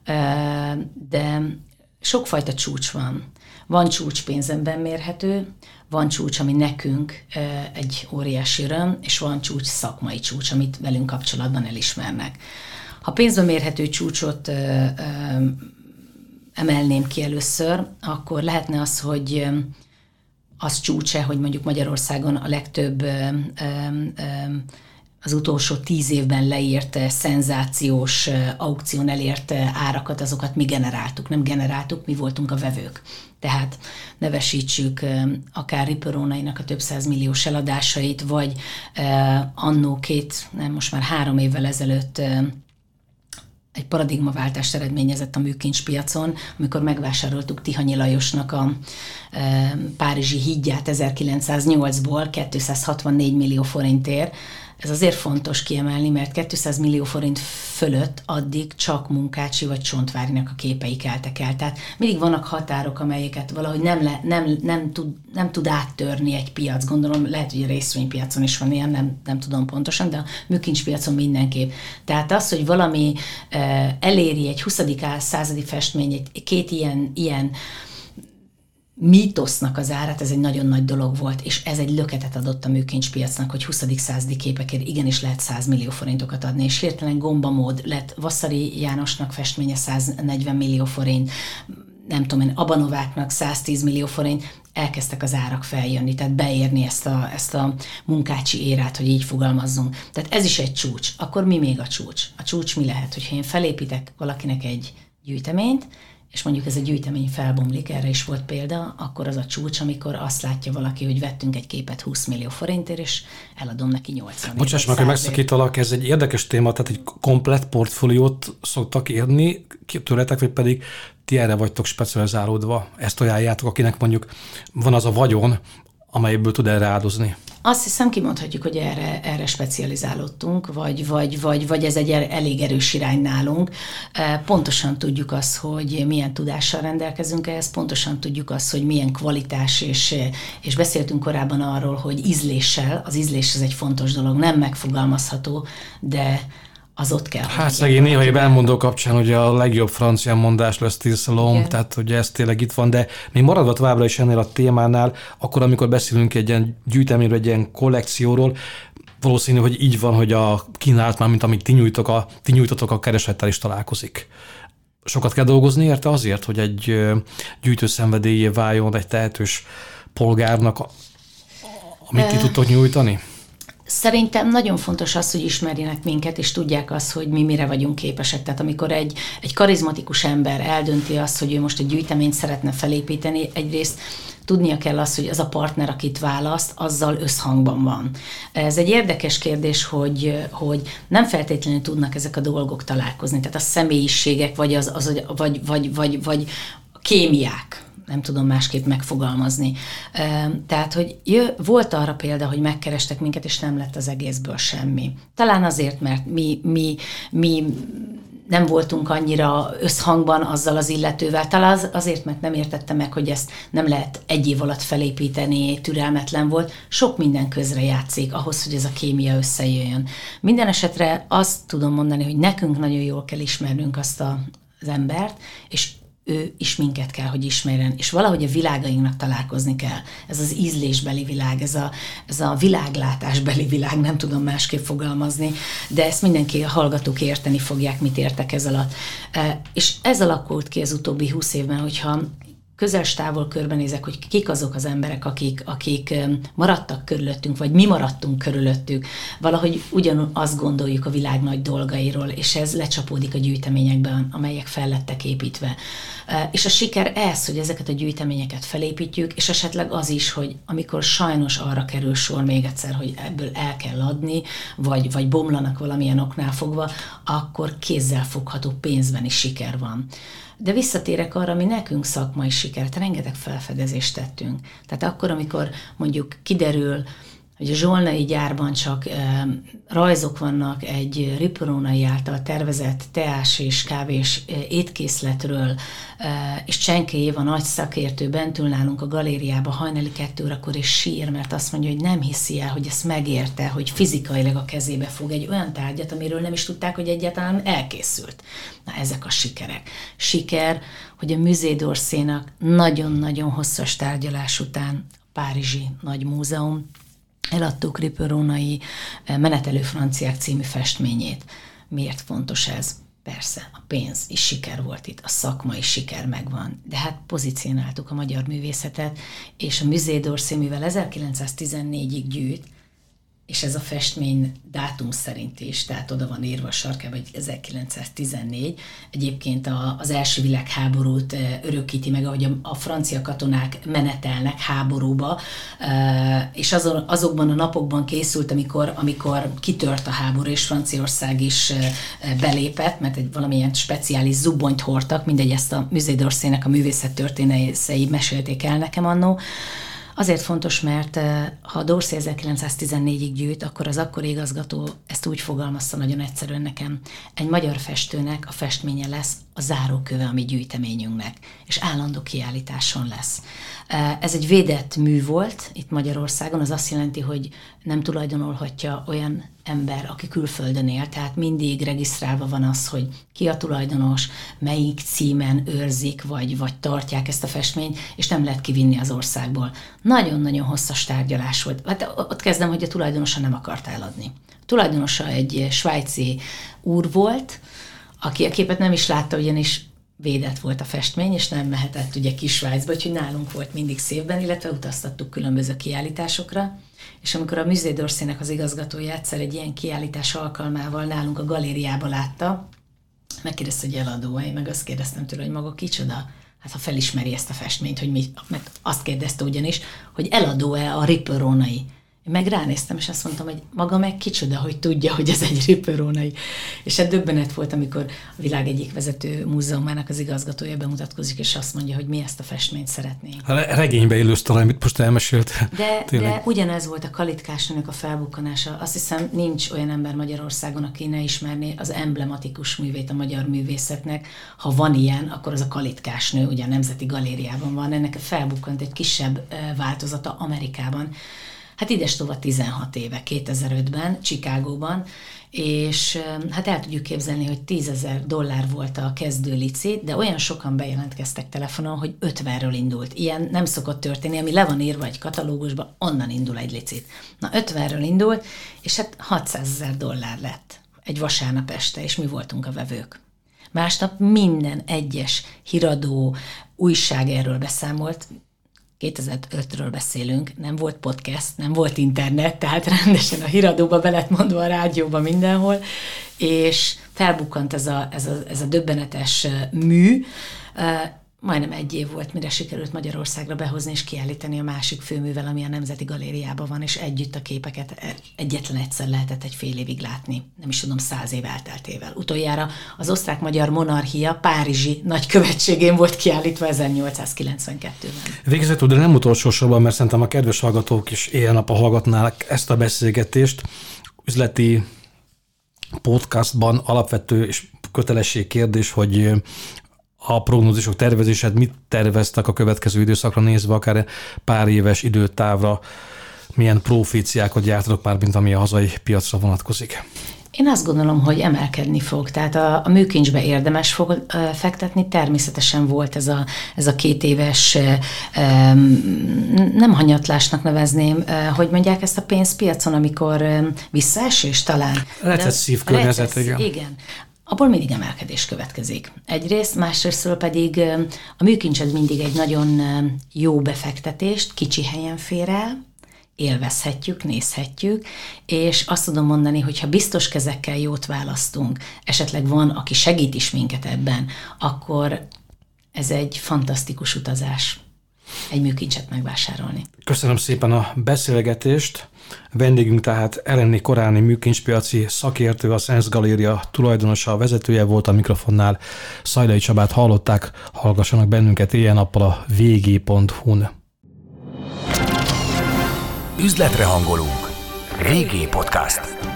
de sokfajta csúcs van. Van csúcs pénzemben mérhető, van csúcs, ami nekünk egy óriási öröm, és van csúcs szakmai csúcs, amit velünk kapcsolatban elismernek. Ha pénzben mérhető csúcsot ö, ö, emelném ki először, akkor lehetne az, hogy az csúcsa, hogy mondjuk Magyarországon a legtöbb ö, ö, ö, az utolsó tíz évben leírt szenzációs aukción elért árakat, azokat mi generáltuk, nem generáltuk, mi voltunk a vevők. Tehát nevesítsük akár Riperonainak a több százmilliós eladásait, vagy annó két, nem most már három évvel ezelőtt egy paradigmaváltást eredményezett a műkincspiacon, amikor megvásároltuk Tihanyi Lajosnak a e, párizsi hídját ezerkilencszáznyolcból kétszázhatvannégy millió forintért. Ez azért fontos kiemelni, mert kétszáz millió forint fölött addig csak Munkácsi vagy Csontvárinak a képei keltek el. Tehát mindig vannak határok, amelyeket valahogy nem, le, nem, nem, tud, nem tud áttörni egy piac. Gondolom, lehet, hogy a részvénypiacon is van ilyen, nem, nem tudom pontosan, de a műkincspiacon mindenképp. Tehát az, hogy valami uh, eléri egy huszadik századi festmény, egy két ilyen, ilyen mítosznak az árát, ez egy nagyon nagy dolog volt, és ez egy löketet adott a műkincspiacnak, hogy huszadik századi képekért igenis lehet száz millió forintokat adni, és hirtelen gombamód lett Vasszari Jánosnak festménye száznegyven millió forint, nem tudom én, Abanováknak száztíz millió forint, elkezdtek az árak feljönni, tehát beérni ezt a, ezt a Munkácsi érát, hogy így fogalmazzunk. Tehát ez is egy csúcs. Akkor mi még a csúcs? A csúcs mi lehet, hogyha én felépítek valakinek egy gyűjteményt, és mondjuk ez a gyűjtemény felbomlik, erre is volt példa, akkor az a csúcs, amikor azt látja valaki, hogy vettünk egy képet húsz millió forintért, és eladom neki nyolcvan. Bocsáss meg, hogy megszakítalak, ez egy érdekes téma, tehát egy komplett portfóliót szoktak érni tőletek, vagy pedig ti erre vagytok specializálódva. Ezt ajánljátok, akinek mondjuk van az a vagyon, amelyből tud erre áldozni. Azt hiszem, kimondhatjuk, hogy erre, erre specializálódtunk, vagy, vagy, vagy, vagy ez egy elég erős irány nálunk. Pontosan tudjuk azt, hogy milyen tudással rendelkezünk ehhez, pontosan tudjuk azt, hogy milyen kvalitás, és, és beszéltünk korábban arról, hogy ízléssel, az ízlés ez egy fontos dolog, nem megfogalmazható, de az ott kell. Hát szegény néha én elmondó kapcsán, hogy a legjobb francia mondás lesz tisztelom, tehát hogy ez tényleg itt van, de még maradva továbbra is ennél a témánál, akkor amikor beszélünk egy ilyen gyűjteményről, egy ilyen kollekcióról, valószínű, hogy így van, hogy a kínálat már, mint amit ti, nyújtok a, ti nyújtotok, a kereslettel is találkozik. Sokat kell dolgozni érte azért, hogy egy gyűjtőszenvedélyé váljon egy tehetős polgárnak, amit ti tudtok nyújtani? Szerintem nagyon fontos az, hogy ismerjenek minket, és tudják azt, hogy mi mire vagyunk képesek. Tehát amikor egy, egy karizmatikus ember eldönti azt, hogy ő most egy gyűjteményt szeretne felépíteni, egyrészt tudnia kell azt, hogy az a partner, akit választ, azzal összhangban van. Ez egy érdekes kérdés, hogy, hogy nem feltétlenül tudnak ezek a dolgok találkozni. Tehát a személyiségek, vagy, az, az, vagy, vagy, vagy, vagy a kémiák, nem tudom másképp megfogalmazni. Tehát, hogy jö, volt arra példa, hogy megkerestek minket, és nem lett az egészből semmi. Talán azért, mert mi, mi, mi nem voltunk annyira összhangban azzal az illetővel, talán az, azért, mert nem értette meg, hogy ezt nem lehet egy év alatt felépíteni, türelmetlen volt. Sok minden közre játszik ahhoz, hogy ez a kémia összejöjjön. Minden esetre azt tudom mondani, hogy nekünk nagyon jól kell ismernünk azt a, az embert, és ő is minket kell, hogy ismerjen, és valahogy a világainknak találkozni kell. Ez az ízlésbeli világ, ez a, ez a világlátásbeli világ, nem tudom másképp fogalmazni, de ezt mindenki, a hallgatók érteni fogják, mit értek ez alatt. És ez alakult ki az utóbbi húsz évben, hogyha közel-távol körbenézek, hogy kik azok az emberek, akik, akik maradtak körülöttünk, vagy mi maradtunk körülöttük, valahogy ugyanazt gondoljuk a világ nagy dolgairól, és ez lecsapódik a gyűjteményekben, amelyek fel lettek építve. És a siker ez, hogy ezeket a gyűjteményeket felépítjük, és esetleg az is, hogy amikor sajnos arra kerül sor még egyszer, hogy ebből el kell adni, vagy, vagy bomlanak valamilyen oknál fogva, akkor kézzel fogható pénzben is siker van. De visszatérek arra, ami nekünk szakmai sikert, rengeteg felfedezést tettünk. Tehát akkor, amikor mondjuk kiderül, hogy a zsolnai gyárban csak e, rajzok vannak egy riperonai által tervezett teás és kávés e, étkészletről, e, és Csenke Éva nagy szakértő bent ül nálunk a galériába hajnali kettő órakor, és sír, mert azt mondja, hogy nem hiszi el, hogy ezt megérte, hogy fizikailag a kezébe fog egy olyan tárgyat, amiről nem is tudták, hogy egyáltalán elkészült. Na, ezek a sikerek. Siker, hogy a Musée d'Orsaynak nagyon-nagyon hosszas tárgyalás után a Párizsi Nagy Múzeum eladtuk Riperonai Menetelő franciák című festményét. Miért fontos ez? Persze, a pénz is siker volt itt, a szakmai siker megvan, de hát pozícionáltuk a magyar művészetet, és a Musée d'Orsay, mivel ezerkilencszáztizennégyig gyűjt, és ez a festmény dátum szerint is, tehát oda van írva a sarkába, hogy ezerkilencszáztizennégy, egyébként a, az első világháborút örökíti meg, ahogy a, a francia katonák menetelnek háborúba, és azon, azokban a napokban készült, amikor, amikor kitört a háború, és Franciaország is belépett, mert egy valamilyen speciális zubonyt hordtak, mindegy, ezt a Musée d'Orsaynek a művészettörténészei mesélték el nekem annó. Azért fontos, mert ha a D'Orsay ezerkilencszáztizennégyig gyűjt, akkor az akkori igazgató ezt úgy fogalmazta nagyon egyszerűen nekem. Egy magyar festőnek a festménye lesz a záróköve a mi gyűjteményünknek, és állandó kiállításon lesz. Ez egy védett mű volt itt Magyarországon, az azt jelenti, hogy nem tulajdonolhatja olyan ember, aki külföldön él, tehát mindig regisztrálva van az, hogy ki a tulajdonos, melyik címen őrzik, vagy, vagy tartják ezt a festményt, és nem lehet kivinni az országból. Nagyon-nagyon hosszas tárgyalás volt. Hát ott kezdem, hogy a tulajdonosa nem akart eladni. A tulajdonosa egy svájci úr volt, aki a képet nem is látta, ugyanis védett volt a festmény, és nem mehetett ugye kis Svájcba, úgyhogy nálunk volt mindig szépben, illetve utaztattuk különböző kiállításokra, és amikor a Musée d'Orsaynek az igazgatója egyszer egy ilyen kiállítás alkalmával nálunk a galériába látta, megkérdezte, hogy eladó-e, én meg azt kérdeztem tőle, hogy maga kicsoda, hát ha felismeri ezt a festményt, hogy mi, mert azt kérdezte ugyanis, hogy eladó-e a Riperonai. Én meg ránéztem, és azt mondtam, hogy maga meg kicsoda, hogy tudja, hogy ez egy riperonai. És hát döbbenet volt, amikor a világ egyik vezető múzeumának az igazgatója bemutatkozik, és azt mondja, hogy mi ezt a festményt szeretnénk. A regénybe illős talán, amit most elmesélt. De, de ugyanez volt a Kalitkásnőnek a felbukkanása. Azt hiszem, nincs olyan ember Magyarországon, aki ne ismerné az emblematikus művét a magyar művészetnek. Ha van ilyen, akkor az a Kalitkásnő, ugye a Nemzeti Galériában van. Ennek felbukkant egy kisebb változata Amerikában. hát idestova tizenhat éve, kétezer-ötben, Chicagóban, és hát el tudjuk képzelni, hogy tízezer dollár volt a kezdő lici, de olyan sokan bejelentkeztek telefonon, hogy ötvenről indult. Ilyen nem szokott történni, ami le van írva egy katalógusba, onnan indul egy licit. Na ötvenről indult, és hát hatszázezer dollár lett egy vasárnap este, és mi voltunk a vevők. Másnap minden egyes híradó, újság erről beszámolt. kétezer-ötről beszélünk, nem volt podcast, nem volt internet, tehát rendesen a híradóba be lett mondva, a rádióba, mindenhol, és felbukkant ez a, ez a, ez a döbbenetes mű. Majdnem egy év volt, mire sikerült Magyarországra behozni és kiállítani a másik főművel, ami a Nemzeti Galériában van, és együtt a képeket egyetlen egyszer lehetett egy fél évig látni. Nem is tudom, száz év elteltével. Utoljára az osztrák-magyar monarchia párizsi nagykövetségén volt kiállítva ezernyolcszázkilencvenkettőben. Végezetül, de nem utolsó sorban, mert szerintem a kedves hallgatók is éjjel-nappal hallgatnák ezt a beszélgetést. Üzleti podcastban alapvető és kötelesség kérdés, hogy a prognózisok tervezésed, mit terveztek a következő időszakra nézve, akár pár éves időtávra, milyen proféciákat gyártatok már, mint ami a hazai piacra vonatkozik? Én azt gondolom, hogy emelkedni fog, tehát a, a műkincsbe érdemes fog uh, fektetni, természetesen volt ez a, ez a két éves, uh, um, nem hanyatlásnak nevezném, uh, hogy mondják ezt a pénzpiacon, amikor um, visszaesés talán. Recesszív környezet, igen. Igen. Abból mindig emelkedés következik. Egyrészt, másrésztről pedig a műkincs ez mindig egy nagyon jó befektetést, kicsi helyen fér el, élvezhetjük, nézhetjük, és azt tudom mondani, hogy ha biztos kezekkel jót választunk, esetleg van, aki segít is minket ebben, akkor ez egy fantasztikus utazás egy műkincset megvásárolni. Köszönöm szépen a beszélgetést. Vendégünk tehát Erenné Koráni műkincspiaci szakértő, a Sense Galéria tulajdonosa, a vezetője volt, a mikrofonnál Szajlai Csabát hallották. Hallgassanak bennünket éjjel-nappal a vg pont hu-n. Üzletre hangolunk. vé gé Podcast.